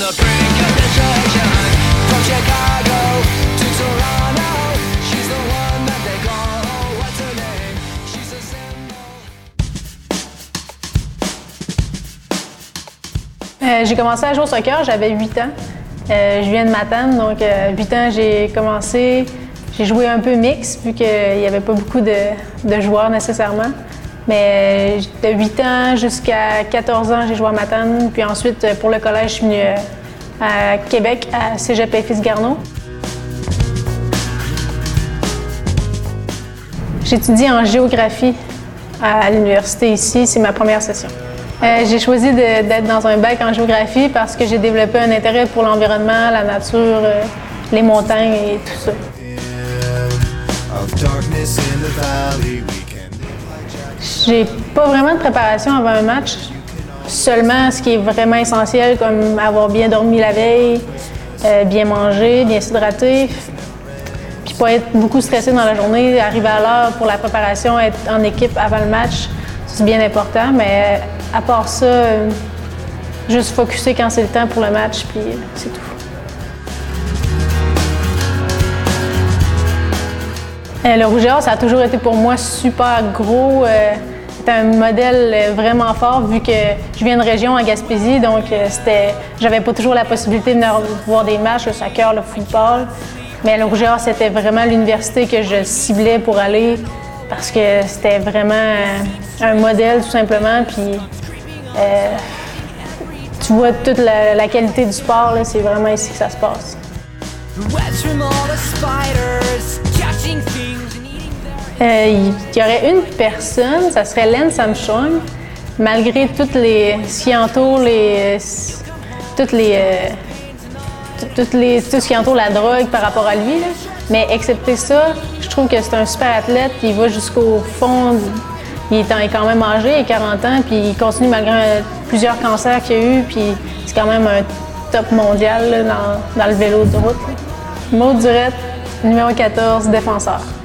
the brink of destruction. From Chicago to Toronto, she's the one that they call. Oh, what's her name? She's a symbol. J'ai commencé à jouer au soccer, j'avais 8 ans. Je viens de Matane, donc à 8 ans, j'ai commencé. J'ai joué un peu mix, vu qu'il n'y avait pas beaucoup de joueurs nécessairement. Mais de 8 ans jusqu'à 14 ans, j'ai joué à Matane. Puis ensuite, pour le collège, je suis venue à Québec, à Cégep Fils-Garneau. J'étudie en géographie à l'université ici, c'est ma première session. J'ai choisi d'être dans un bac en géographie parce que j'ai développé un intérêt pour l'environnement, la nature, les montagnes et tout ça. J'ai pas vraiment de préparation avant un match, seulement ce qui est vraiment essentiel, comme avoir bien dormi la veille, bien manger, bien s'hydrater, puis pas être beaucoup stressé dans la journée, arriver à l'heure pour la préparation, être en équipe avant le match, c'est bien important, mais à part ça, juste focusser quand c'est le temps pour le match, puis c'est tout. Le Rouge et Or, ça a toujours été pour moi super gros. C'était un modèle vraiment fort vu que je viens de région en Gaspésie, donc j'avais pas toujours la possibilité de venir voir des matchs, le soccer, le football. Mais le Rouge et Or, c'était vraiment l'université que je ciblais pour aller parce que c'était vraiment un modèle tout simplement. Puis tu vois toute la qualité du sport, c'est vraiment ici que ça se passe. Il y aurait une personne, ça serait Lance Armstrong, malgré tout ce qui entoure tout ce qui entoure la drogue par rapport à lui. Là. Mais excepté ça, je trouve que c'est un super athlète, il va jusqu'au fond. Il est quand même âgé, il a 40 ans, puis il continue malgré plusieurs cancers qu'il y a eu, puis c'est quand même un top mondial là, dans le vélo de route. Maud Durette, numéro 14, défenseur.